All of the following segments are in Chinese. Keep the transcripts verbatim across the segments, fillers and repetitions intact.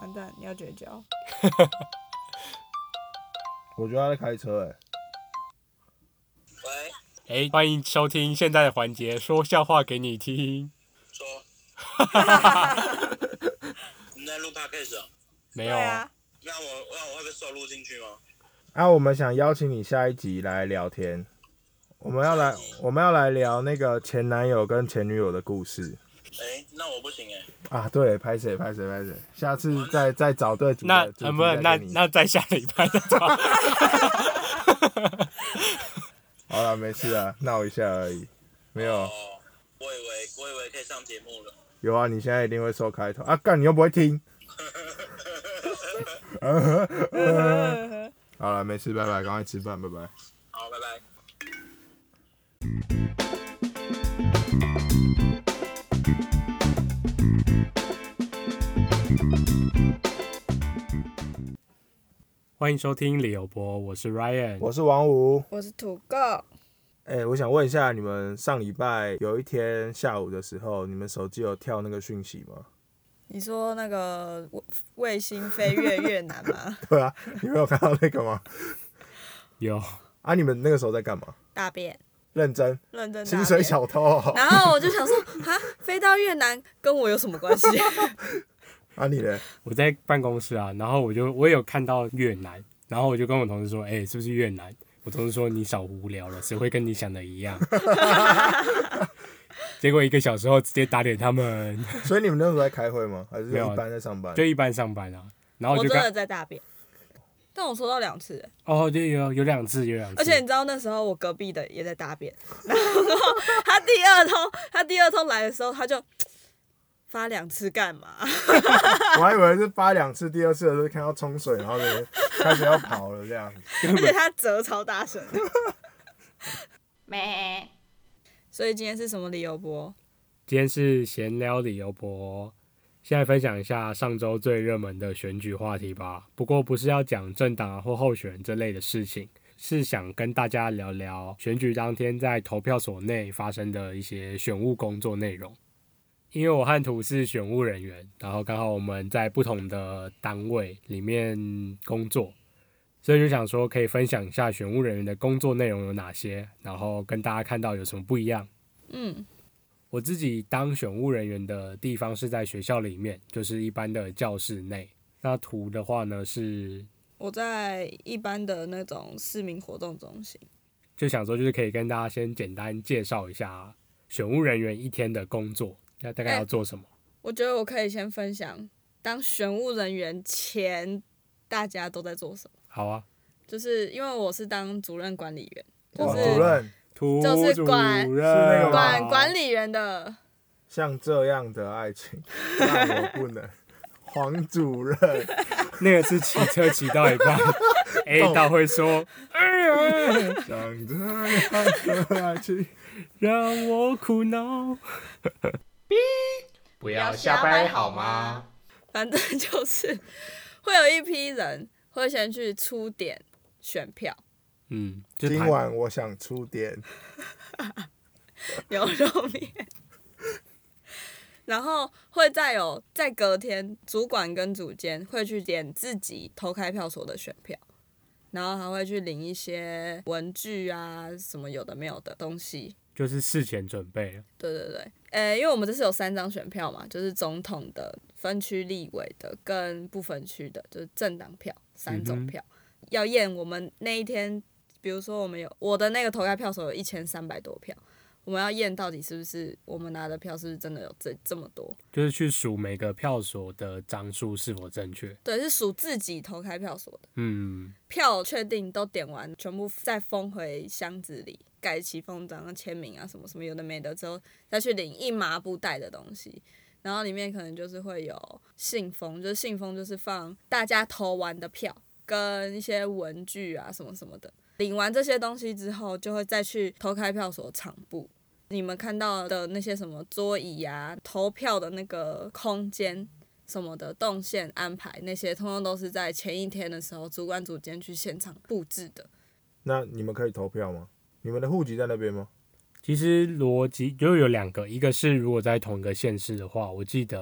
完蛋，你要绝交。 我觉得他在开车哎、欸。 喂，哎，欢迎收听现在的环节，说笑话给你听。 说。你在录 podcast 啊？ 没有啊。 那我那我会被收录进去吗？ 啊，我们想邀请你下一集来聊天。我们要来，我们要来聊那个前男友跟前女友的故事。 哎、欸，那我不行哎、 欸。啊，对，拍谁拍谁拍谁，下次再再找对主那呃不是那那再下礼拜再找。 好了，没事啊，闹一下而已，没有。 哦，我以为我以为可以上节目了。 有啊，你现在一定会收开头啊！干，你又不会听。好了，没事，拜拜，赶快吃饭，拜拜。 好，拜拜。 欢迎收听李友博，我是 Ryan， 我是王五， 我是土狗。 哎、欸，我想问一下，你们上礼拜有一天下午的时候，你们手机有跳那个讯息吗？ 你说那个卫星飞越越南吗？ 对啊，你们有看到那个吗？ 有啊，你们那个时候在干嘛？ 大便。 认真， 认真， 薪水小偷、哦。 然后我就想说，哈，飞到越南跟我有什么关系？ 啊，你呢？ 我在办公室啊，然后我就我也有看到越南，然后我就跟我同事说，哎、欸，是不是越南？我同事说你少无聊了，谁会跟你想的一样？结果一个小时后直接打给他们。 所以你们那时候在开会吗？还是一般在上班？ 就一般上班啊。然后就我真的在大便。但我收到两次、欸， 哦，对，有有两次，有两次。 而且你知道那时候我隔壁的也在大便，然后他第二通，他第二通来的时候，他就发两次干嘛？ 我还以为是发两次，第二次的时候看到冲水，然后就开始要跑了这样。 而且他折超大声。咩？所以今天是什么理由播？ 今天是闲聊理由播。现在分享一下上周最热门的选举话题吧。不过不是要讲政党或候选人这类的事情，是想跟大家聊聊选举当天在投票所内发生的一些选务工作内容。因为我和图是选务人员，然后刚好我们在不同的单位里面工作，所以就想说可以分享一下选务人员的工作内容有哪些，然后跟大家看到有什么不一样。 嗯。 我自己当选务人员的地方是在学校里面，就是一般的教室内。那图的话呢是， 我在一般的那种市民活动中心。 就想说就是可以跟大家先简单介绍一下选务人员一天的工作，要大概要做什么、欸。 我觉得我可以先分享当选务人员前大家都在做什么。 好啊， 就是因为我是当主任管理员，就是主任。 就是管管管理员的， 像这样的爱情让我不能。黄主任， 那个是骑车骑到一半，A 到会说：“哎呀， 像这样的爱情让我苦恼。”不要瞎掰好吗？ 反正就是会有一批人会先去出点选票。 嗯， 今晚我想出点牛肉面，然后会再有在隔天，主管跟主监会去点自己投开票所的选票，然后还会去领一些文具啊什么有的没有的东西， 就是事前准备了。 对对对，呃，因为我们这次有三张选票嘛，就是总统的、分区立委的跟不分区的，就是政党票三种票，嗯、要验我们那一天。比如说，我们有我的那个投开票所有一千三百多票，我们要验到底是不是我们拿的票是不是真的有这这么多， 就是去数每个票所的张数是否正确。 对，是数自己投开票所的。 嗯， 票确定都点完，全部再封回箱子里，盖起封章、签名啊什么什么有的没的之后，再去领一麻布袋的东西，然后里面可能就是会有信封，就是信封就是放大家投完的票跟一些文具啊什么什么的。领完这些东西之后，就会再去投开票所场部。你们看到的那些什么桌椅啊、投票的那个空间什么的动线安排，那些通通都是在前一天的时候，主管主监去现场布置的。 那你们可以投票吗？你们的户籍在那边吗？ 其实逻辑就有两个，一个是如果在同一个县市的话，我记得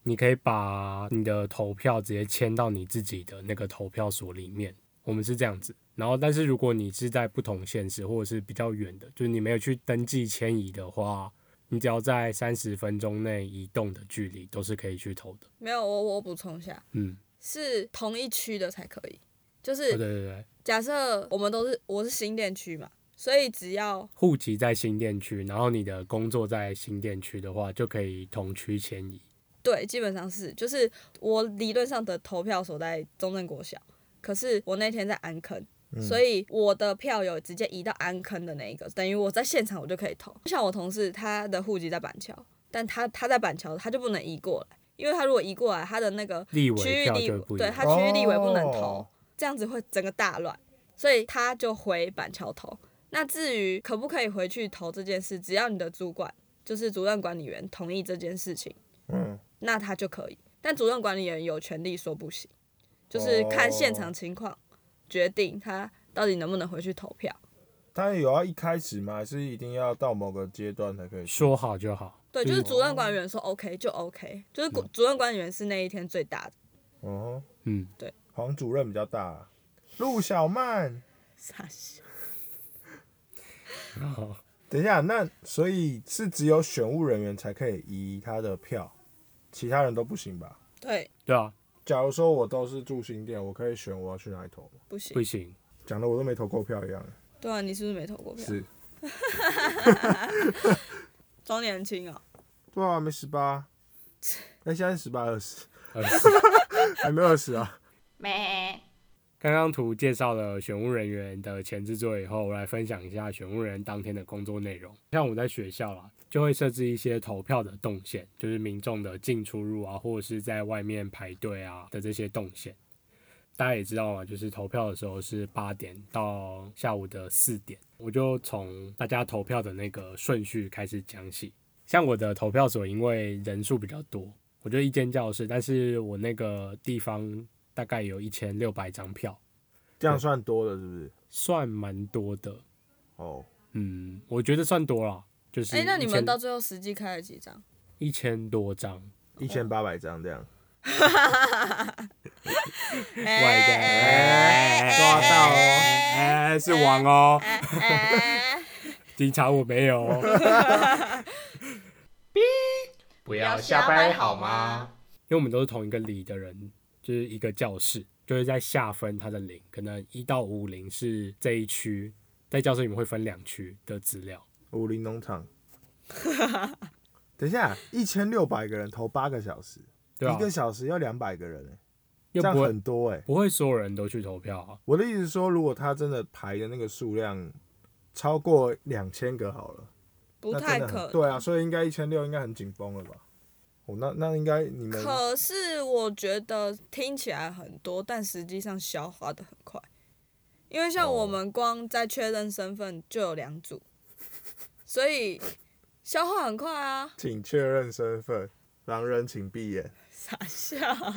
你可以把你的投票直接迁到你自己的那个投票所里面，我们是这样子。然后，但是如果你是在不同县市或者是比较远的，就是你没有去登记迁移的话，你只要在三十分钟内移动的距离都是可以去投的。 没有，我我补充一下， 嗯， 是同一区的才可以。就哦、 是对对对， 假设我们都是我是新店区嘛，所以只要户籍在新店区，然后你的工作在新店区的话，就可以同区迁移。 对，基本上是，就是我理论上的投票所在中正国小，可是我那天在安坑。 嗯、 所以我的票有直接移到安坑的那一个，等于我在现场我就可以投。像我同事他的户籍在板桥，但他他在板桥他就不能移过来，因为他如果移过来，他的那个区域立委对他区域立委不能投，哦、这样子会整个大乱，所以他就回板桥投。那至于可不可以回去投这件事，只要你的主管就是主任管理员同意这件事情，嗯，那他就可以。但主任管理员有权利说不行，就是看现场情况。决定他到底能不能回去投票。 他有要一开始吗？还是一定要到某个阶段才可以说好就好？ 对，就是主任管理员说 OK 就 OK， 就是主任管理员是那一天最大的。 哦， 嗯， 对， 黄主任比较大。陆小曼， 傻笑。 等一下，那所以是只有选务人员才可以移他的票，其他人都不行吧？ 对， 对啊。 假如说我都是住新店，我可以选我要去哪里投吗？ 不行， 不行， 讲的我都没投过票一样。 对啊，你是不是没投过票？ 是。 装年轻哦。 对啊，没十八。哎，现在十八二十。二十。还没二十啊。 没。 刚刚图介绍了选务人员的前置作业以后，我来分享一下选务人员当天的工作内容。像我在学校啦，就会设置一些投票的动线，就是民众的进出入啊，或者是在外面排队啊的这些动线。大家也知道嘛，就是投票的时候是八点到下午的四点，我就从大家投票的那个顺序开始讲起。像我的投票所，因为人数比较多，我就一间教室，但是我那个地方大概有一千六百张票， 这样算多的，是不是？ 算蛮多的。 哦， 嗯，我觉得算多了。就是， 哎、欸，那你们到最后实际开了几张？ 一千多张， 一千八百张这样。 外的，哎，抓到哦，哎，是王哦。警察我没有。 不要瞎掰好吗？ 因为我们都是同一个里的人，就是一个教室，就是在下分它的零，可能一到五零是这一区，在教室里面会分两区的资料。 武林农场。等一下，一千六百个人投八个小时， 对啊、 一个小时要两百个人、欸， 又这样很多哎、欸。 不会所有人都去投票啊。 我的意思是说，如果他真的排的那个数量超过两千个好了， 不太可能。 对啊，所以应该一千六应该很紧绷了吧？哦，那那应该你们。 可是我觉得听起来很多，但实际上消化的很快，因为像我们光在确认身份就有两组。所以消化很快啊！ 请确认身份，狼人请闭眼。 傻笑。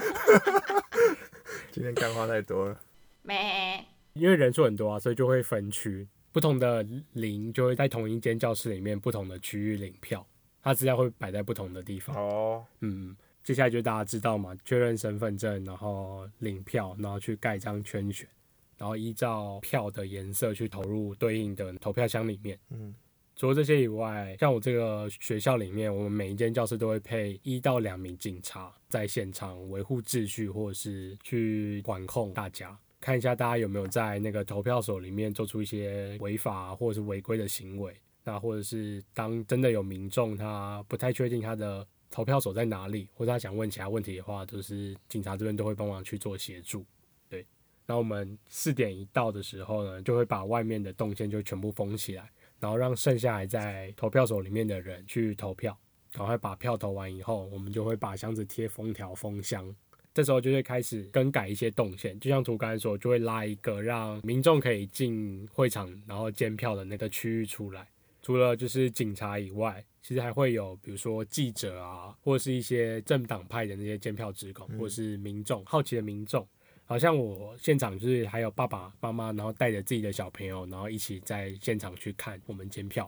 今天干话太多了。 没。 因为人数很多啊，所以就会分区，不同的零就会在同一间教室里面不同的区域领票，它资料会摆在不同的地方。 哦。 嗯，接下来就大家知道嘛，确认身份证，然后领票，然后去盖章圈选，然后依照票的颜色去投入对应的投票箱里面。嗯。除了这些以外，像我这个学校里面，我们每一间教室都会配一到两名警察在现场维护秩序，或者是去管控大家，看一下大家有没有在那个投票所里面做出一些违法或者是违规的行为。那或者是当真的有民众他不太确定他的投票所在哪里，或者他想问其他问题的话，就是警察这边都会帮忙去做协助。对，然后我们四点一到的时候呢，就会把外面的动线就全部封起来。然后让剩下还在投票所里面的人去投票，赶快把票投完以后，我们就会把箱子贴封条封箱。这时候就会开始更改一些动线，就像图刚才说，就会拉一个让民众可以进会场然后监票的那个区域出来。除了就是警察以外，其实还会有比如说记者啊，或者是一些政党派的那些监票职工，或者是民众好奇的民众。好像我现场就是还有爸爸妈妈，然后带着自己的小朋友，然后一起在现场去看我们监票。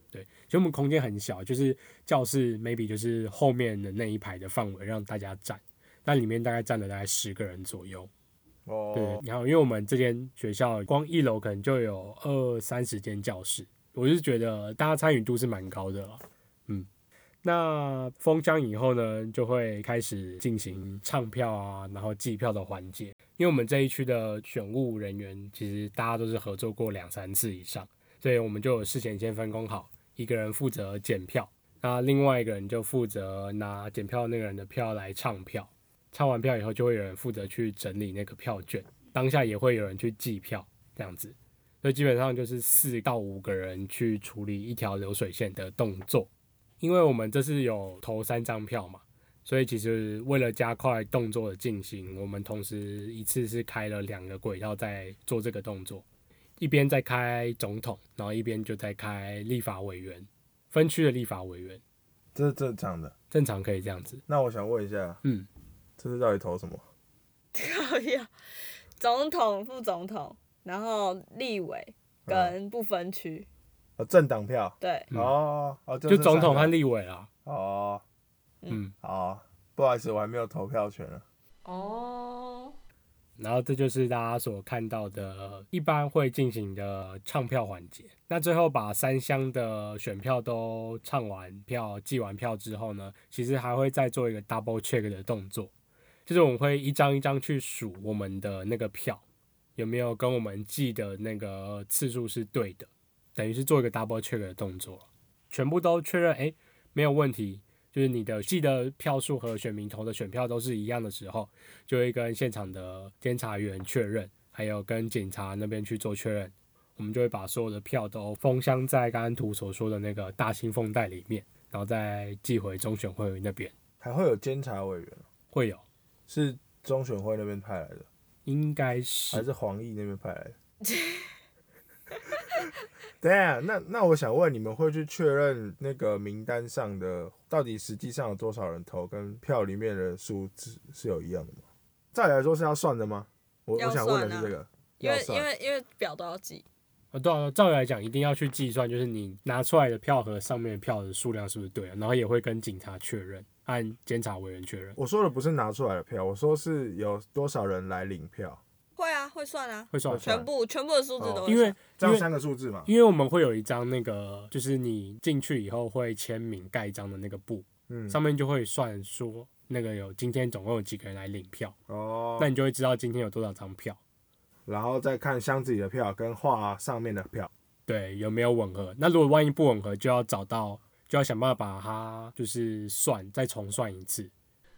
对，其实我们空间很小，就是教室 maybe 就是后面的那一排的范围让大家站，但里面大概站了大概十个人左右。 哦， 对，然后因为我们这间学校光一楼可能就有二三十间教室，我是觉得大家参与度是蛮高的了。嗯，那封箱以后呢，就会开始进行唱票啊，然后计票的环节。因为我们这一区的选务人员，其实大家都是合作过两三次以上，所以我们就有事前先分工好，一个人负责检票，那另外一个人就负责拿检票那个人的票来唱票。唱完票以后，就会有人负责去整理那个票券，当下也会有人去计票，这样子。所以基本上就是四到五个人去处理一条流水线的动作。因为我们这次有投三张票嘛，所以其实为了加快动作的进行，我们同时一次是开了两个轨道在做这个动作，一边在开总统，然后一边就在开立法委员，分区的立法委员。 这是正常的， 正常可以这样子。 那我想问一下， 嗯， 这是到底投什么？ 靠呀，总统、副总统，然后立委跟不分区。 哦，政党票。 对。 嗯哦哦， 就总统和立委啦。 哦， 嗯， 好，不好意思，我还没有投票权了。 哦。 然后这就是大家所看到的一般会进行的唱票环节。那最后把三箱的选票都唱完票、计完票之后呢，其实还会再做一个 double check 的动作，就是我们会一张一张去数我们的那个票有没有跟我们记的那个次数是对的，等于是做一个 double check 的动作，全部都确认，哎，没有问题。就是你的记的票数和选民投的选票都是一样的时候，就会跟现场的监察员确认，还有跟警察那边去做确认，我们就会把所有的票都封箱在刚刚图所说的那个大信封袋里面，然后再寄回中选会那边。还会有监察委员？ 会有， 是中选会那边派来的？ 应该是， 还是黄奕那边派来的？等一下，那那我想问，你们会去确认那个名单上的到底实际上有多少人投，跟票里面的数字是有一样的吗？照理来说是要算的吗？我、 啊、 我想问的是这个， 因为因为因为表都要记。 哦，对啊，照理来讲一定要去计算，就是你拿出来的票和上面的票的数量是不是对啊，然后也会跟警察确认，按监察委员确认。 我说的不是拿出来的票，我说是有多少人来领票。 会啊，会算啊， 会算， 全部全部的数字都会算。 因为这样三个数字嘛， 因为我们会有一张那个，就是你进去以后会签名盖章的那个布，嗯，上面就会算说那个有今天总共有几个人来领票，哦，那你就会知道今天有多少张票， 然后再看箱子里的票跟画上面的票， 对，有没有吻合。那如果万一不吻合，就要找到，就要想办法把它就是算，再重算一次。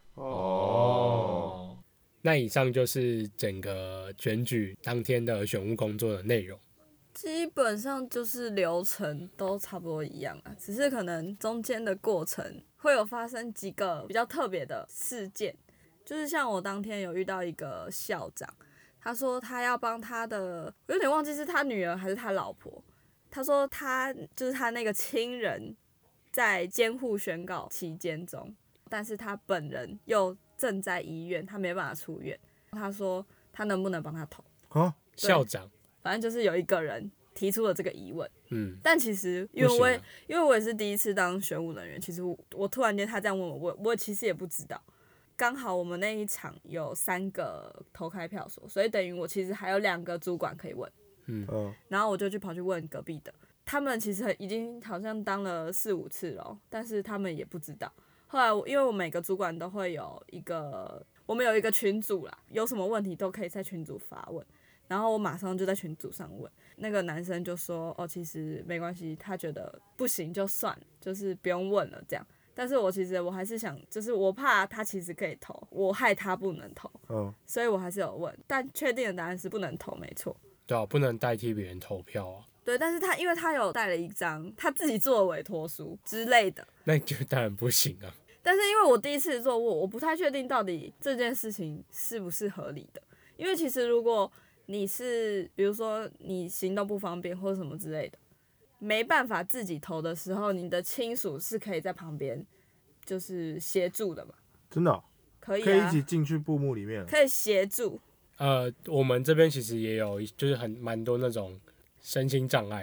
哦。那以上就是整个选举当天的选务工作的内容， 基本上就是流程都差不多一样啊，只是可能中间的过程会有发生几个比较特别的事件，就是像我当天有遇到一个校长，他说他要帮他的，我有点忘记是他女儿还是他老婆，他说他就是他那个亲人在监护宣告期间中，但是他本人又正在医院，他没办法出院。他说他能不能帮他投？ 啊， 校长， 反正就是有一个人提出了这个疑问。 嗯， 但其实因为我也、 啊、 因为我也是第一次当选务人员，其实 我, 我突然间他这样问我，我我其实也不知道。刚好我们那一场有三个投开票所，所以等于我其实还有两个主管可以问。 嗯， 然后我就去跑去问隔壁的，他们其实已经好像当了四五次了，但是他们也不知道。后来我因为我每个主管都会有一个，我们有一个群组啦，有什么问题都可以在群组发问，然后我马上就在群组上问，那个男生就说哦其实没关系，他觉得不行就算了，就是不用问了这样。但是我其实我还是想，就是我怕他其实可以投，我害他不能投，哦、所以我还是有问，但确定的答案是不能投，没错。 对啊，不能代替别人投票啊。 对，但是他因为他有带了一张他自己做的委托书之类的， 那就当然不行啊。 但是因为我第一次做过，我不太确定到底这件事情是不是合理的。因为其实如果你是比如说你行动不方便或者什么之类的，没办法自己投的时候，你的亲属是可以在旁边就是协助的嘛？ 真的、哦？ 可以、啊， 可以一起进去布幕里面， 可以协助。 呃，我们这边其实也有，就是很蛮多那种身心障碍的，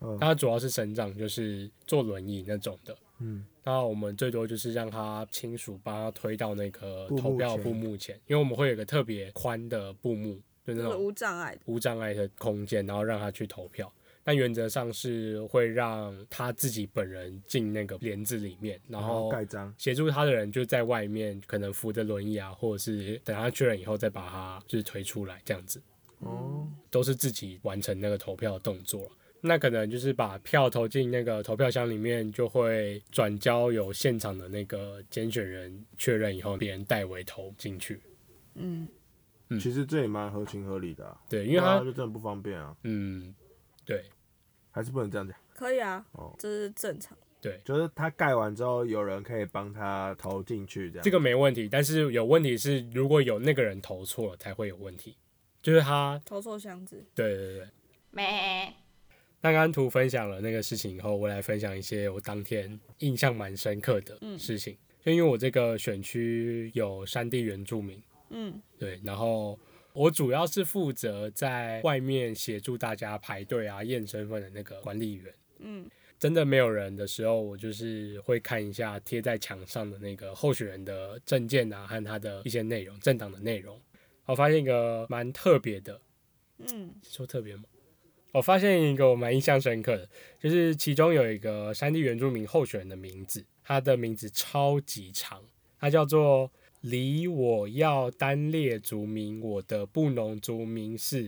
嗯它主要是省长就是坐轮椅那种的。 嗯， 那我们最多就是让他亲属帮他推到那个投票布布幕前，因为我们会有一个特别宽的布幕，就那就是种无障碍的。 无障碍的空间，然后让他去投票。但原则上是会让他自己本人进那个帘子里面，然后盖章， 协助他的人就在外面，可能扶着轮椅啊，或者是等他确认以后再把他就是推出来，这样子。 哦， 都是自己完成那个投票的动作了。那可能就是把票投进那个投票箱里面，就会转交有现场的那个监选人确认以后，别人代为投进去。 嗯， 嗯其实这也蛮合情合理的、啊， 对，因为他就真的不方便啊， 嗯，对还是不能这样讲。 可以啊， 哦这是正常。 对， 就是他盖完之后，有人可以帮他投进去，这样。 这个没问题。但是有问题是，如果有那个人投错了，才会有问题。就是他投错箱子。 对对对。 咩？ 那刚刚图分享了那个事情以后，我来分享一些我当天印象蛮深刻的事情。嗯、就因为我这个选区有山地原住民， 嗯， 对，然后我主要是负责在外面协助大家排队啊、验身份的那个管理员。 嗯， 真的没有人的时候，我就是会看一下贴在墙上的那个候选人的证件啊，和他的一些内容、政党的内容。我发现一个蛮特别的， 嗯， 说特别吗？我发现一个我蛮印象深刻的，就是其中有一个山地原住民候选人的名字，他的名字超级长，他叫做离我要单列族名，我的布农族名是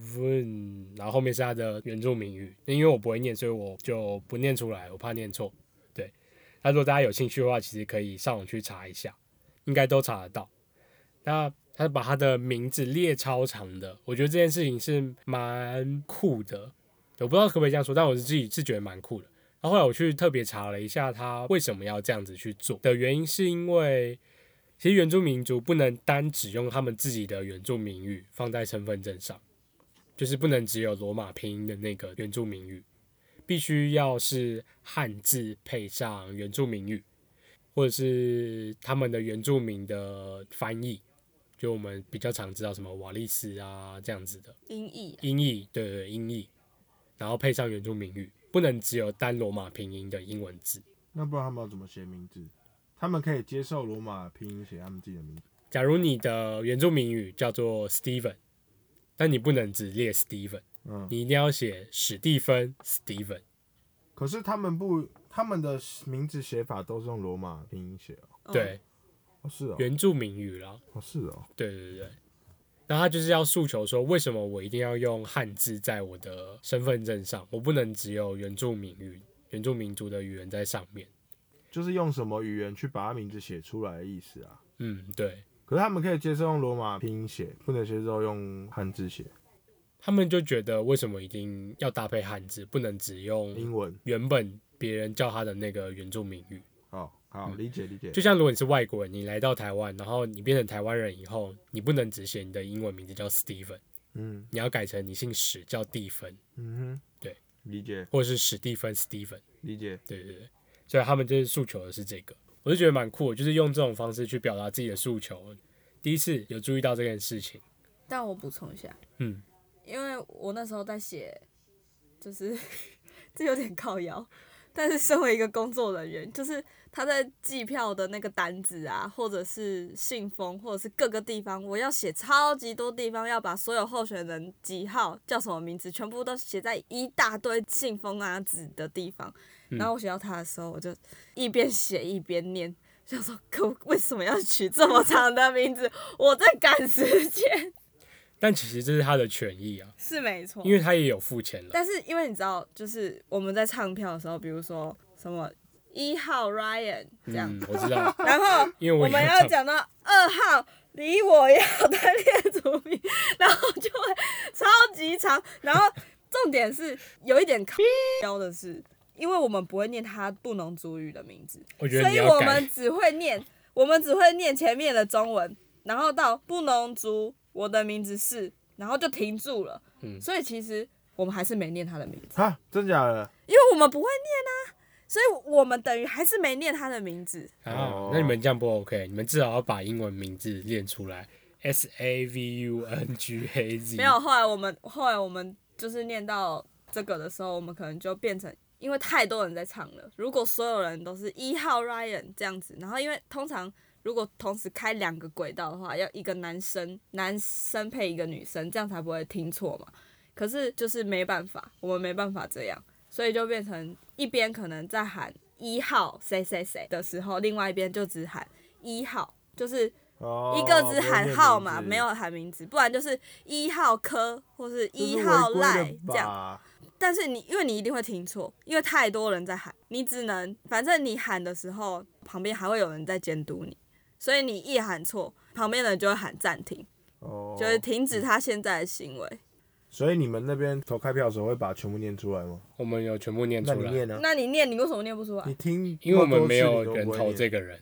Savun， 然后后面是他的原住民语，因为我不会念，所以我就不念出来，我怕念错。对，那如果大家有兴趣的话，其实可以上网去查一下，应该都查得到。那他把他的名字列超长的，我觉得这件事情是蛮酷的，我不知道可不可以这样说，但我自己是觉得蛮酷的。然后后来我去特别查了一下，他为什么要这样子去做的原因，是因为其实原住民族不能单只用他们自己的原住民语放在身份证上，就是不能只有罗马拼音的那个原住民语，必须要是汉字配上原住民语，或者是他们的原住民的翻译。就我们比较常知道什么瓦利斯啊这样子的音译、啊， 音译，对对音译，然后配上原住民语，不能只有单罗马拼音的英文字。 那不然他们要怎么写名字？他们可以接受罗马拼音写他们自己的名字。 假如你的原住民语叫做 Steven， 但你不能只列 Steven，、嗯、你一定要写史蒂芬 Steven。 可是他们不，他们的名字写法都是用罗马拼音写哦。 对。 哦是哦， 原住民语啦。 哦是哦， 对对对，然后他就是要诉求说，为什么我一定要用汉字在我的身份证上，我不能只有原住民语、原住民族的语言在上面， 就是用什么语言去把他名字写出来的意思啊？ 嗯，对。 可是他们可以接受用罗马拼音写，不能接受用汉字写。 他们就觉得为什么一定要搭配汉字，不能只用英文原本别人叫他的那个原住民语？ 哦，好，理解理解。 就像如果你是外国人，你来到台湾，然后你变成台湾人以后，你不能只写你的英文名字叫 Steven， 嗯，你要改成你姓史叫蒂芬，嗯哼，对， 理解， 或者是史蒂芬 Steven， 理解， 对对对，所以他们就是诉求的是这个，我就觉得蛮酷的，就是用这种方式去表达自己的诉求。第一次有注意到这件事情， 但我补充一下，嗯，因为我那时候在写，就是这有点靠腰。但是身为一个工作人员，就是他在计票的那个单子啊，或者是信封，或者是各个地方，我要写超级多地方，要把所有候选人几号、叫什么名字，全部都写在一大堆信封啊纸的地方。然后我写到他的时候，我就一边写一边念，想说可为什么要取这么长的名字？我在赶时间。 但其实这是他的权益啊， 是没错， 因为他也有付钱了。 但是因为你知道，就是我们在唱票的时候，比如说什么一号 Ryan 这样， 嗯、我知道。 然后因为 我, 我们要讲到二号离我要单列族名，然后就会超级长。然后重点是有一点高的是，因为我们不会念他布农族语的名字， 我觉得你要所以我们只会念，我们只会念前面的中文，然后到布农族。我的名字是，然后就停住了，嗯、所以其实我们还是没念他的名字。 哈，真假的？ 因为我们不会念啊，所以我们等于还是没念他的名字。 啊，那你们这样不 OK？ 你们至少要把英文名字念出来 ，S A V U N G A Z。 没有，后来我们后来我们就是念到这个的时候，我们可能就变成，因为太多人在唱了，如果所有人都是一号 Ryan 这样子，然后因为通常如果同时开两个轨道的话，要一个男生男生配一个女生，这样才不会听错嘛。可是就是没办法，我们没办法这样，所以就变成一边可能在喊一号谁谁谁的时候，另外一边就只喊一号，就是一个只喊号码， 哦、 没有喊名字，不然就是一号科或是一号赖这样。但是你因为你一定会听错，因为太多人在喊，你只能反正你喊的时候，旁边还会有人在监督你，所以你一喊错，旁边的人就会喊暂停， 哦、 就是停止他现在的行为。 所以你们那边投开票的时候会把全部念出来吗？ 我们有全部念出来。 那你念呢？ 那你念，你为什么念不出来？ 你听， 因为我们没有人投这个人。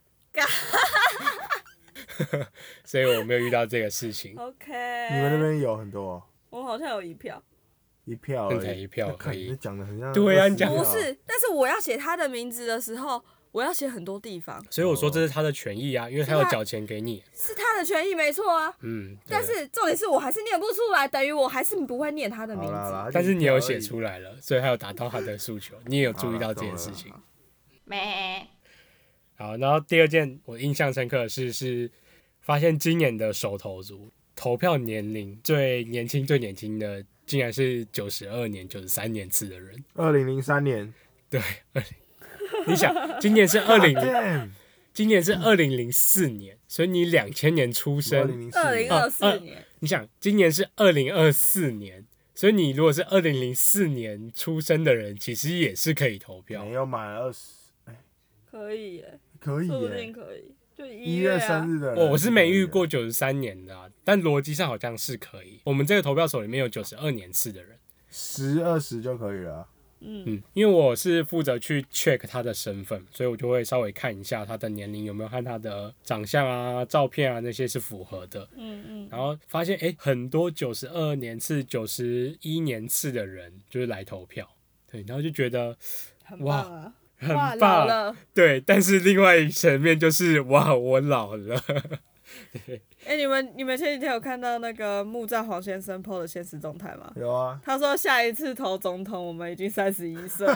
所以我没有遇到这个事情。 OK。 你们那边有很多、哦？ 我好像有一票。 一票而已。 才一票可以。 你讲的很像。 对啊，你讲不是，但是我要写他的名字的时候，我要写很多地方。 所以我说这是他的权益啊，因为他有缴钱给你。 是他的权益没错啊。 嗯。 但是重点是我还是念不出来，等于我还是不会念他的名字。 但是你有写出来了，所以他有达到他的诉求，你也有注意到这件事情。 咩。 好，然后第二件我印象深刻的事是，发现今年的首投族投票年龄最年轻、最年轻的，竟然是九十二年、九十三年次的人。 二零零三年。 对，二零。你想，今年是二零，今年是二零零四年，所以你两千年出生。 二零二四年、啊啊。 你想，今年是二零二四年，所以你如果是二零零四年出生的人，其实也是可以投票。 没有满二十。 可以耶， 可以耶， 说不定可以，就一月、啊、 月生日的人。 哦，我是没遇过九十三年的、啊，但逻辑上好像是可以。我们这个投票所里面有九十二年次的人， 十二十就可以了、啊。 嗯嗯，因为我是负责去 check 他的身份，所以我就会稍微看一下他的年龄有没有和他的长相啊、照片啊那些是符合的。 嗯嗯。 然后发现哎、欸，很多九十二年次、九十一年次的人就是来投票，对，然后就觉得很棒啊。 很哇， 棒， 老了。 对，但是另外一层面就是哇，我老了。 哎、欸，你们你们前几天有看到那个木栅黄先生 po 的现实动态吗？ 有啊。 他说下一次投总统，我们已经三十一岁了。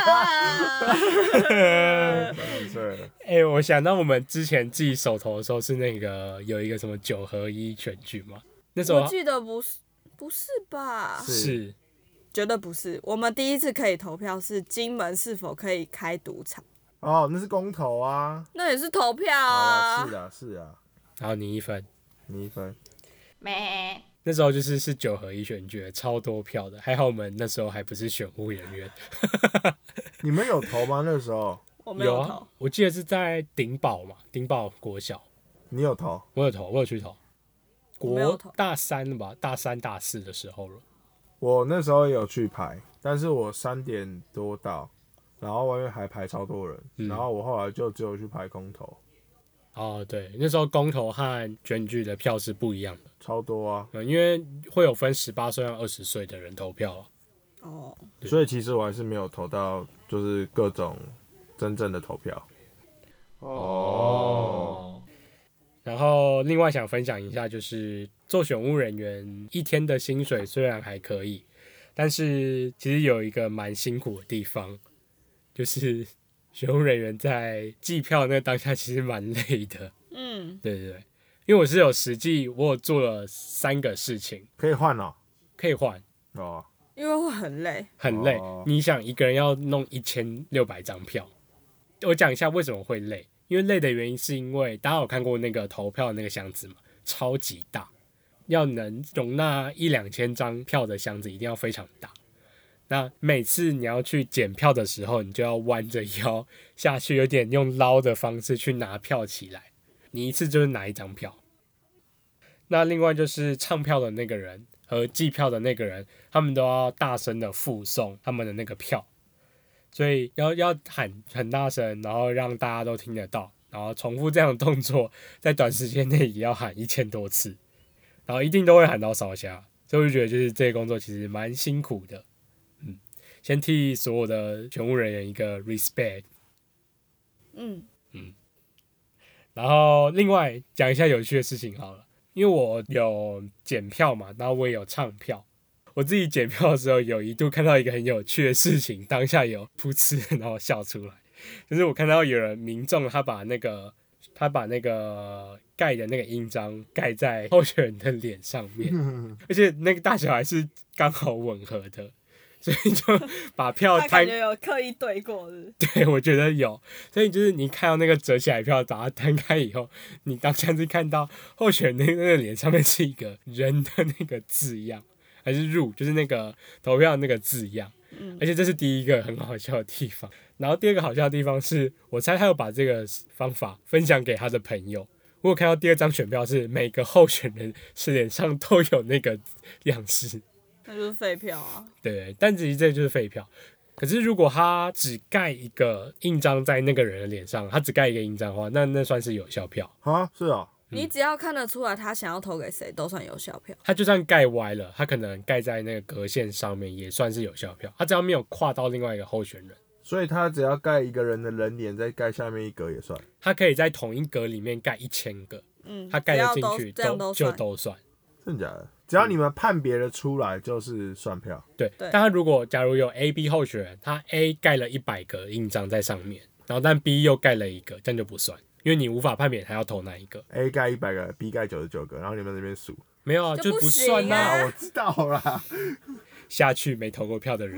三十岁了。 哎、欸，我想到我们之前自己手投的时候是那个有一个什么九合一选举嘛，那时候我记得不是，不是吧？ 是。是绝对不是，我们第一次可以投票是金门是否可以开赌场。 哦，那是公投啊。 那也是投票啊。 哦、是啊，是啊。 然后你一分， 你一分。 咩。 那时候就是是九合一选举，超多票的，还好我们那时候还不是选务人员。 你们有投吗？那时候？ 我没有投。 有啊，我记得是在顶堡嘛，顶堡国小。 你有投？ 我有投，我有去投。 国大三吧，大三大四的时候了。 我那时候有去排，但是我三点多到，然后外面还排超多人，嗯、然后我后来就只有去排公投。 哦，对，那时候公投和选举的票是不一样的， 超多啊， 嗯、因为会有分十八岁和二十岁的人投票、啊。 哦， 所以其实我还是没有投到，就是各种真正的投票。 哦。然后另外想分享一下，就是做选务人员一天的薪水虽然还可以，但是其实有一个蛮辛苦的地方，就是选务人员在计票那个当下其实蛮累的。 嗯， 对对对，因为我是有实际，我有做了三个事情， 可以换哦， 可以换哦， 因为会很累， 很累。 哦、 你想一个人要弄一千六百张票，我讲一下为什么会累。因为累的原因是因为大家有看过那个投票的那个箱子嘛，超级大，要能容纳一两千张票的箱子一定要非常大。那每次你要去检票的时候，你就要弯着腰下去，有点用捞的方式去拿票起来，你一次就是拿一张票。那另外就是唱票的那个人和计票的那个人，他们都要大声的附送他们的那个票。所以要要喊很大声，然后让大家都听得到，然后重复这样的动作，在短时间内也要喊一千多次，然后一定都会喊到烧瞎。所以我就觉得，就是这个工作其实蛮辛苦的。嗯，先替所有的选务人员一个 respect。 嗯嗯。然后另外讲一下有趣的事情好了，因为我有检票嘛，然后我也有唱票。 我自己检票的时候，有一度看到一个很有趣的事情，当下有噗嗤，然后笑出来。就是我看到有人民众他把那个他把那个盖的那个印章盖在候选人的脸上面，而且那个大小还是刚好吻合的。所以就把票他感觉有刻意对过是不是？ 对，我觉得有。所以就是你看到那个折起来票，把它摊开以后，你当下是看到候选人那个脸上面是一个人的那个字样，还是入，就是那个投票的那个字样。嗯，而且这是第一个很好笑的地方。然后第二个好笑的地方是，我猜他有把这个方法分享给他的朋友。我有看到第二张选票是每个候选人是脸上都有那个样式。 那就是废票啊。 对，但其实这就是废票。可是如果他只盖一个印章在那个人的脸上，他只盖一个印章的话，那那算是有效票啊？是哦。 你只要看得出来他想要投给谁，都算有效票。 他就算盖歪了，他可能盖在那个格线上面，也算是有效票。他只要没有跨到另外一个候选人， 所以他只要盖一个人的人脸，再盖下面一格也算。 他可以在同一格里面盖一千个，嗯，他盖得进去都都就都算。 真的假的？只要你们判别的出来，就是算票。 对，但他如果假如有 A、B 候选人，他 A 盖了一百个印章在上面，然后但 B 又盖了一个，这样就不算，因为你无法判别他要投哪一个。 A 盖一百个 ，B 盖九十九个，然后你们那边数。 没有啊， 就不算啊。 啊我知道啦。 下去没投过票的人。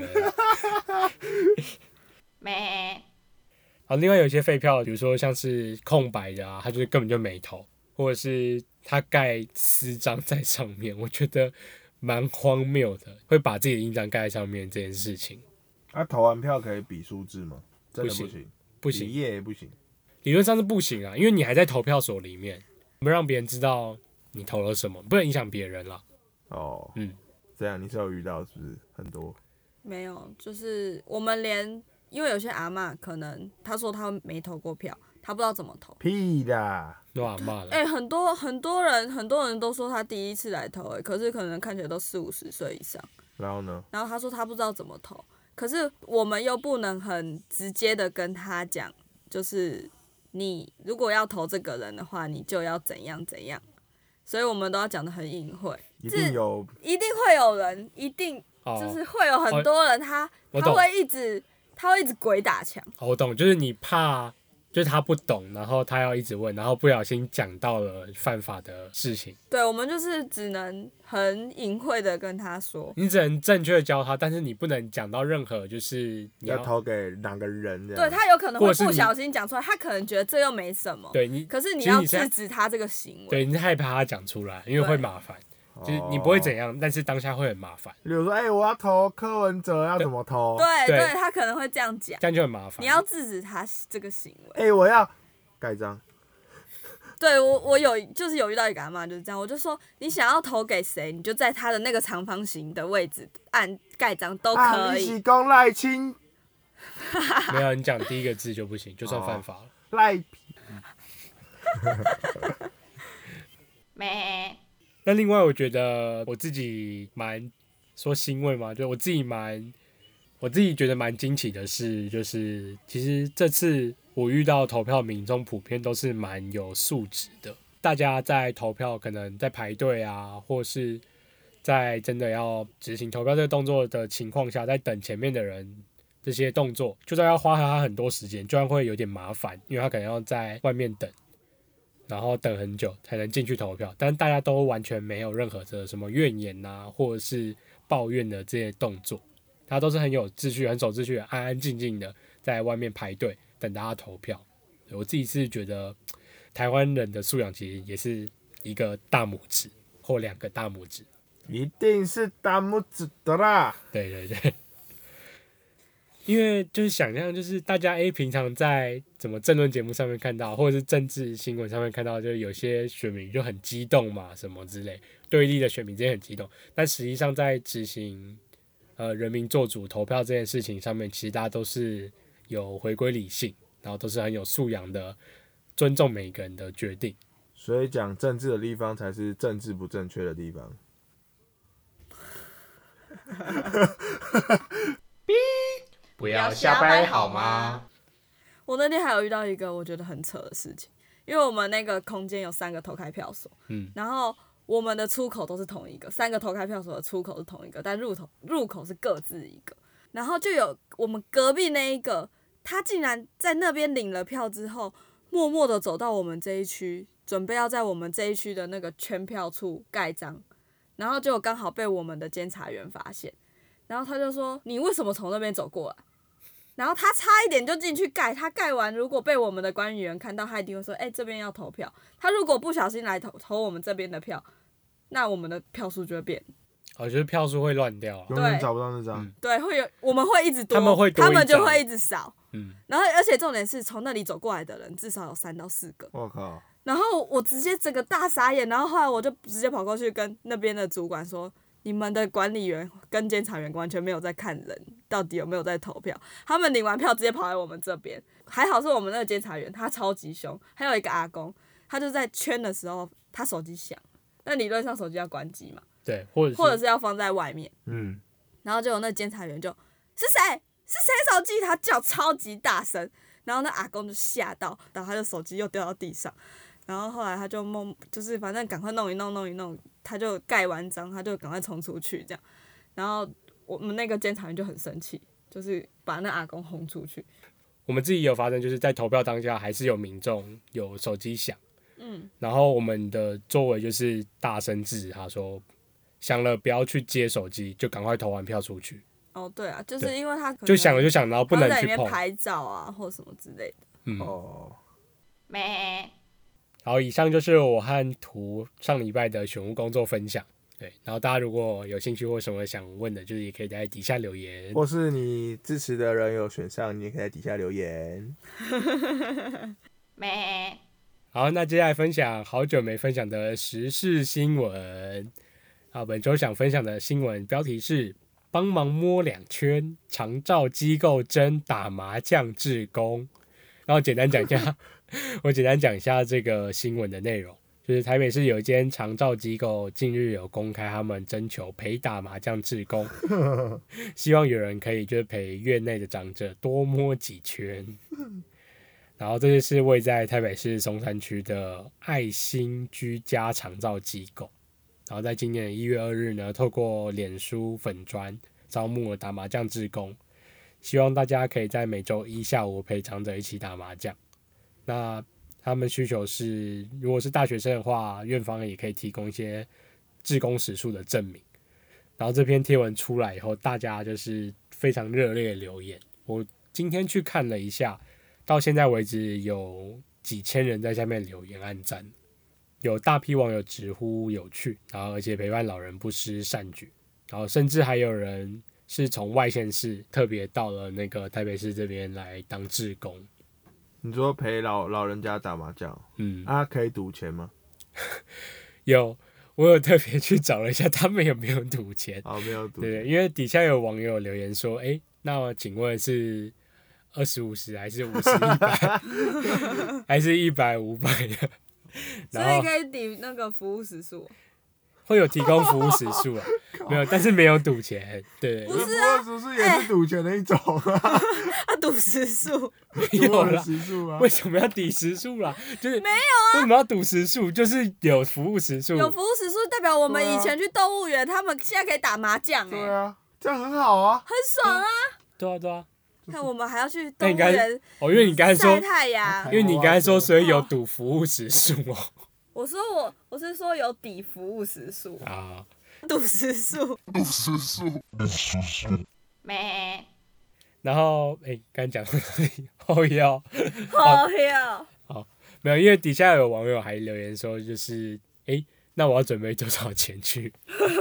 咩。 好，另外有一些废票，比如说像是空白的啊，他就是根本就没投，或者是他盖私章在上面，我觉得蛮荒谬的，会把自己的印章盖在上面这件事情。 啊，投完票可以比数字吗？真的不行， 行， 不行， 比页也不行。 理论上是不行啊，因为你还在投票所里面，我们让别人知道你投了什么，不能影响别人啦。 哦， 嗯， 这样你是有遇到是不是很多？ 没有，就是我们连，因为有些阿嬷可能她说她没投过票，她不知道怎么投。 屁的， 都阿嬷了。 哎、欸，很多很多人很多人都说他第一次来投、欸，可是可能看起来都四五十岁以上。 然后呢？ 然后他说他不知道怎么投，可是我们又不能很直接的跟他讲，就是你如果要投这个人的话，你就要怎样怎样，所以我们都要讲得很隐晦。 一定有， 一定会有人，一定就是会有很多人他，他他会一直他会一直鬼打墙。 我懂，就是你怕。就是他不懂，然后他要一直问，然后不小心讲到了犯法的事情。 对，我们就是只能很隐晦的跟他说， 你只能正确的教他，但是你不能讲到任何就是你要, 要投给哪个人这样。 对，他有可能会不小心讲出来，他可能觉得这又没什么。 对你， 可是你要制止他这个行为。 对，你是害怕他讲出来，因为会麻烦。就是你不会怎样，但是当下会很麻烦。 比如说，哎、欸，我要投柯文哲，要怎么投？ 对 对, 对，他可能会这样讲， 这样就很麻烦。 你要制止他这个行为。 哎、欸，我要盖章。 对我，我有就是有遇到一个阿嬷就是这样，我就说你想要投给谁，你就在他的那个长方形的位置按盖章都可以。 啊，你是讲赖清？ 没有，你讲第一个字就不行，就算犯法了。 赖皮。 咩。 那另外，我觉得我自己蛮说欣慰嘛，就我自己蛮，我自己觉得蛮惊奇的是，就是其实这次我遇到投票民众普遍都是蛮有素质的，大家在投票可能在排队啊，或是在真的要执行投票这个动作的情况下，在等前面的人这些动作，就算要花他很多时间，就算会有点麻烦，因为他可能要在外面等。然后等很久才能进去投票，但大家都完全没有任何的什么怨言啊，或者是抱怨的这些动作，大家都是很有秩序、很守秩序、安安静静的在外面排队等大家投票。我自己是觉得台湾人的素养其实也是一个大拇指或两个大拇指， 一定是大拇指的啦。 对对对。因为就是想象，就是大家 A 平常在怎么政论节目上面看到，或者是政治新闻上面看到，就有些选民就很激动嘛，什么之类，对立的选民之间很激动。但实际上在执行呃人民做主投票这件事情上面，其实大家都是有回归理性，然后都是很有素养的，尊重每个人的决定。 所以讲政治的地方才是政治不正确的地方。 不要瞎掰好吗？ 我那天还有遇到一个我觉得很扯的事情，因为我们那个空间有三个投开票所，嗯，然后我们的出口都是同一个，三个投开票所的出口是同一个，但入口入口是各自一个。然后就有我们隔壁那一个，他竟然在那边领了票之后，默默的走到我们这一区，准备要在我们这一区的那个圈票处盖章，然后就刚好被我们的监察员发现，然后他就说：“你为什么从那边走过来？”然后他差一点就进去盖，他盖完如果被我们的管理员看到，他一定会说：“哎、欸，这边要投票。”他如果不小心来投投我们这边的票，那我们的票数就会变。 哦，就是票数会乱掉、啊， 永远找不到那张、 嗯。 对，会有，我们会一直多， 他们会多一张， 他们就会一直少。 嗯。 然后，而且重点是从那里走过来的人至少有三到四个。 我靠！ 然后我直接整个大傻眼，然后后来我就直接跑过去跟那边的主管说。你们的管理员跟监察员完全没有在看人到底有没有在投票，他们领完票直接跑来我们这边，还好是我们那个监察员他超级凶，还有一个阿公，他就在圈的时候他手机响，但理论上手机要关机嘛， 对，或者是或者是要放在外面， 嗯， 然后就有那监察员就是谁是谁手机，他叫超级大声，然后那阿公就吓到，然后他的手机又掉到地上。然后后来他就梦，就是反正赶快弄一弄弄一弄，他就盖完章，他就赶快冲出去这样。然后我们那个监察员就很生气，就是把那阿公轰出去。 我们自己有发生，就是在投票当下还是有民众有手机响， 嗯， 然后我们的作为就是大声制止他说，响了不要去接手机，就赶快投完票出去。 哦，对啊，就是因为他可能就响了就响，然后不能去碰， 他在里面拍照啊或什么之类的。 嗯， 哦， 咩。 然后以上就是我和图上礼拜的选务工作分享，对，然后大家如果有兴趣或什么想问的，就是也可以在底下留言， 或是你支持的人有选上，你也可以在底下留言。 咩。 好，那接下来分享好久没分享的时事新闻。啊，本周想分享的新闻标题是帮忙摸两圈，长照机构征打麻将志工。然后简单讲一下，我简单讲一下这个新闻的内容，就是台北市有一间长照机构近日有公开他们征求陪打麻将志工，希望有人可以就是陪院内的长者多摸几圈。然后这就是位在台北市松山区的爱心居家长照机构，然后在今年一月二日呢，透过脸书粉专招募了打麻将志工。希望大家可以在每周一下午陪长者一起打麻将。那他们需求是，如果是大学生的话，院方也可以提供一些志工时数的证明。然后这篇贴文出来以后，大家就是非常热烈的留言。我今天去看了一下，到现在为止有几千人在下面留言按赞，有大批网友直呼有趣，然后而且陪伴老人不失善举，然后甚至还有人是从外县市特别到了那个台北市这边来当志工。 你说陪老老人家打麻将， 嗯， 啊，可以赌钱吗？ 有，我有特别去找了一下，他们有没有赌钱？ 哦，没有赌。 对，因为底下有网友留言说，哎、欸，那请问是二十五十还是五十一百，还是一百五百的？ 所以可以抵那个服务时数。 会有提供服务时数啊，没有，但是没有赌钱，对。 不是啊， 服务时数也是赌钱的一种啊。 啊，赌时数没有啦， 时数啊？ 为什么要抵时数啦？就是没有啊？ 为什么要赌时数？就是有服务时数， 有服务时数代表我们以前去动物园，他们现在可以打麻将、欸， 对啊，这样很好啊， 很爽啊。 对啊，对啊。 看我们还要去动物园， 哦，因为你刚才说晒太阳， 因为你刚才说，所以有赌服务时数哦。 我说我我是说有抵服务时数啊， 赌时数， 赌时数，赌时数， 咩。 然后哎，刚讲到哪里？后腰， 后腰， 好，没有，因为底下有网友还留言说，就是哎，那我要准备多少钱去？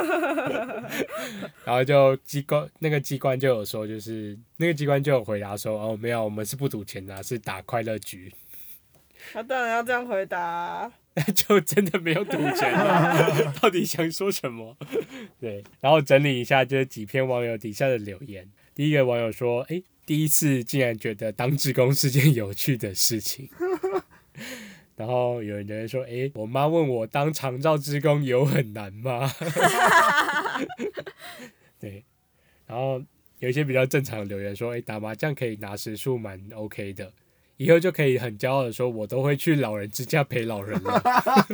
然后就机关那个机关就有说，就是那个机关就有回答说，哦，没有，我们是不赌钱的，是打快乐局。 他当然要这样回答。 那就真的没有赌钱了，到底想说什么？对，然后整理一下就是几篇网友底下的留言。第一个网友说：“哎，第一次竟然觉得当志工是件有趣的事情。”然后有人留言说：“哎，我妈问我当长照志工有很难吗？”对，然后有一些比较正常的留言说：“哎，打麻将可以拿时数蛮 OK 的。” 以后就可以很骄傲的说，我都会去老人之家陪老人了。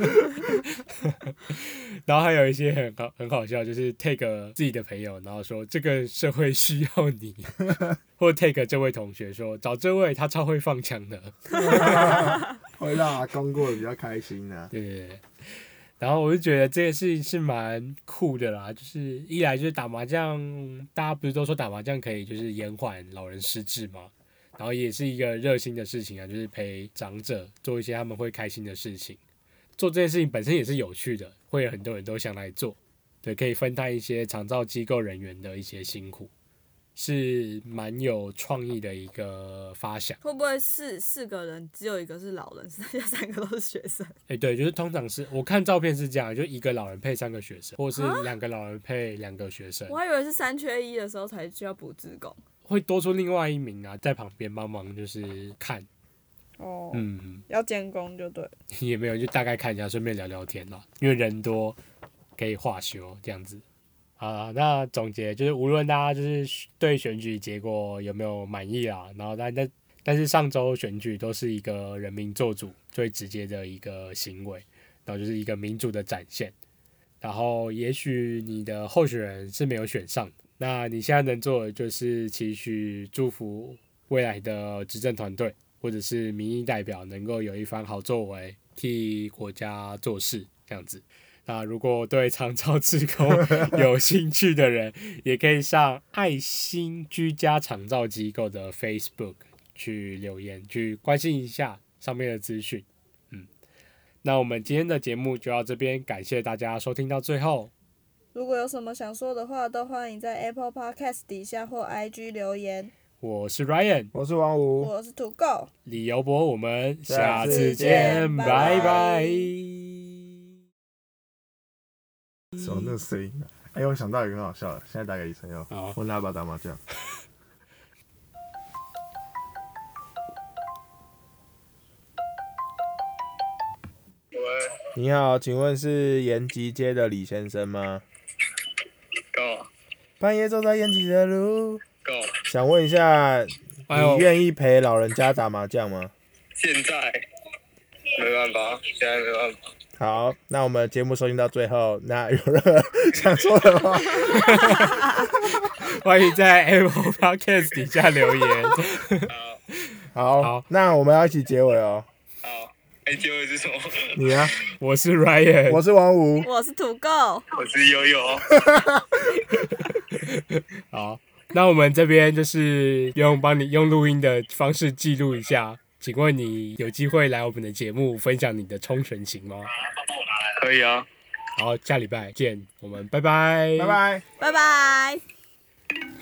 然后还有一些很好很好笑，就是 take 自己的朋友，然后说这个社会需要你，或 take 这位同学说找这位他超会放枪的， 会让阿公过得比较开心啊。 对对对。然后我就觉得这个事情是蛮酷的啦，就是一来就是打麻将，大家不是都说打麻将可以就是延缓老人失智吗？然后也是一个热心的事情啊，就是陪长者做一些他们会开心的事情。做这件事情本身也是有趣的，会有很多人都想来做，对，可以分担一些长照机构人员的一些辛苦，是蛮有创意的一个发想。 会不会四四个人只有一个是老人，剩下三个都是学生？ 哎，对，就是通常是我看照片是这样，就一个老人配三个学生，或者是两个老人配两个学生。 我还以为是三缺一的时候才需要补志工。 会多出另外一名啊，在旁边帮忙，就是看， 哦， 嗯， 要监工就对。 也没有，就大概看一下，顺便聊聊天啦。因为人多，可以话休这样子。啊，那总结就是，无论大家就是对选举结果有没有满意啦，然后但但但是上周选举都是一个人民做主最直接的一个行为，然后就是一个民主的展现。然后也许你的候选人是没有选上的，那你现在能做的就是期许祝福未来的执政团队或者是民意代表能够有一番好作为，替国家做事这样子。那如果对长照志工有兴趣的人，也可以上爱心居家长照机构的 Facebook 去留言，去关心一下上面的资讯。嗯，那我们今天的节目就到这边，感谢大家收听到最后。 如果有什么想说的话，都欢迎在 Apple Podcast 底下或 I G 留言。 我是 Ryan， 我是王五， 我是土狗， 李油博，我们下下次次见， 见拜拜拜。 什么那个声音啊？哎、我想到一个很好笑的，现在打给李晨佑， 好问他要不要打麻将。 喂， 你好，请问是延吉街的李先生吗？ 干嘛？ 半夜走在延吉的路， 干嘛？ 想问一下， 哎呦你愿意陪老人家打麻将吗？ 现在没办法，现在没办法。 好，那我们节目收听到最后，那有任何想说的话， 欢迎在 Apple Podcast 底下留言。 好， 好， 好那我们要一起结尾哦。 好，哎，结尾是什么？ 你啊， 我是 Ryan， 我是王五， 我是土狗。 我是悠悠。 好，那我们这边就是用帮你用录音的方式记录一下。请问你有机会来我们的节目分享你的冲绳行吗？ 可以啊。 好，下礼拜见，我们拜拜， 拜拜。 拜拜。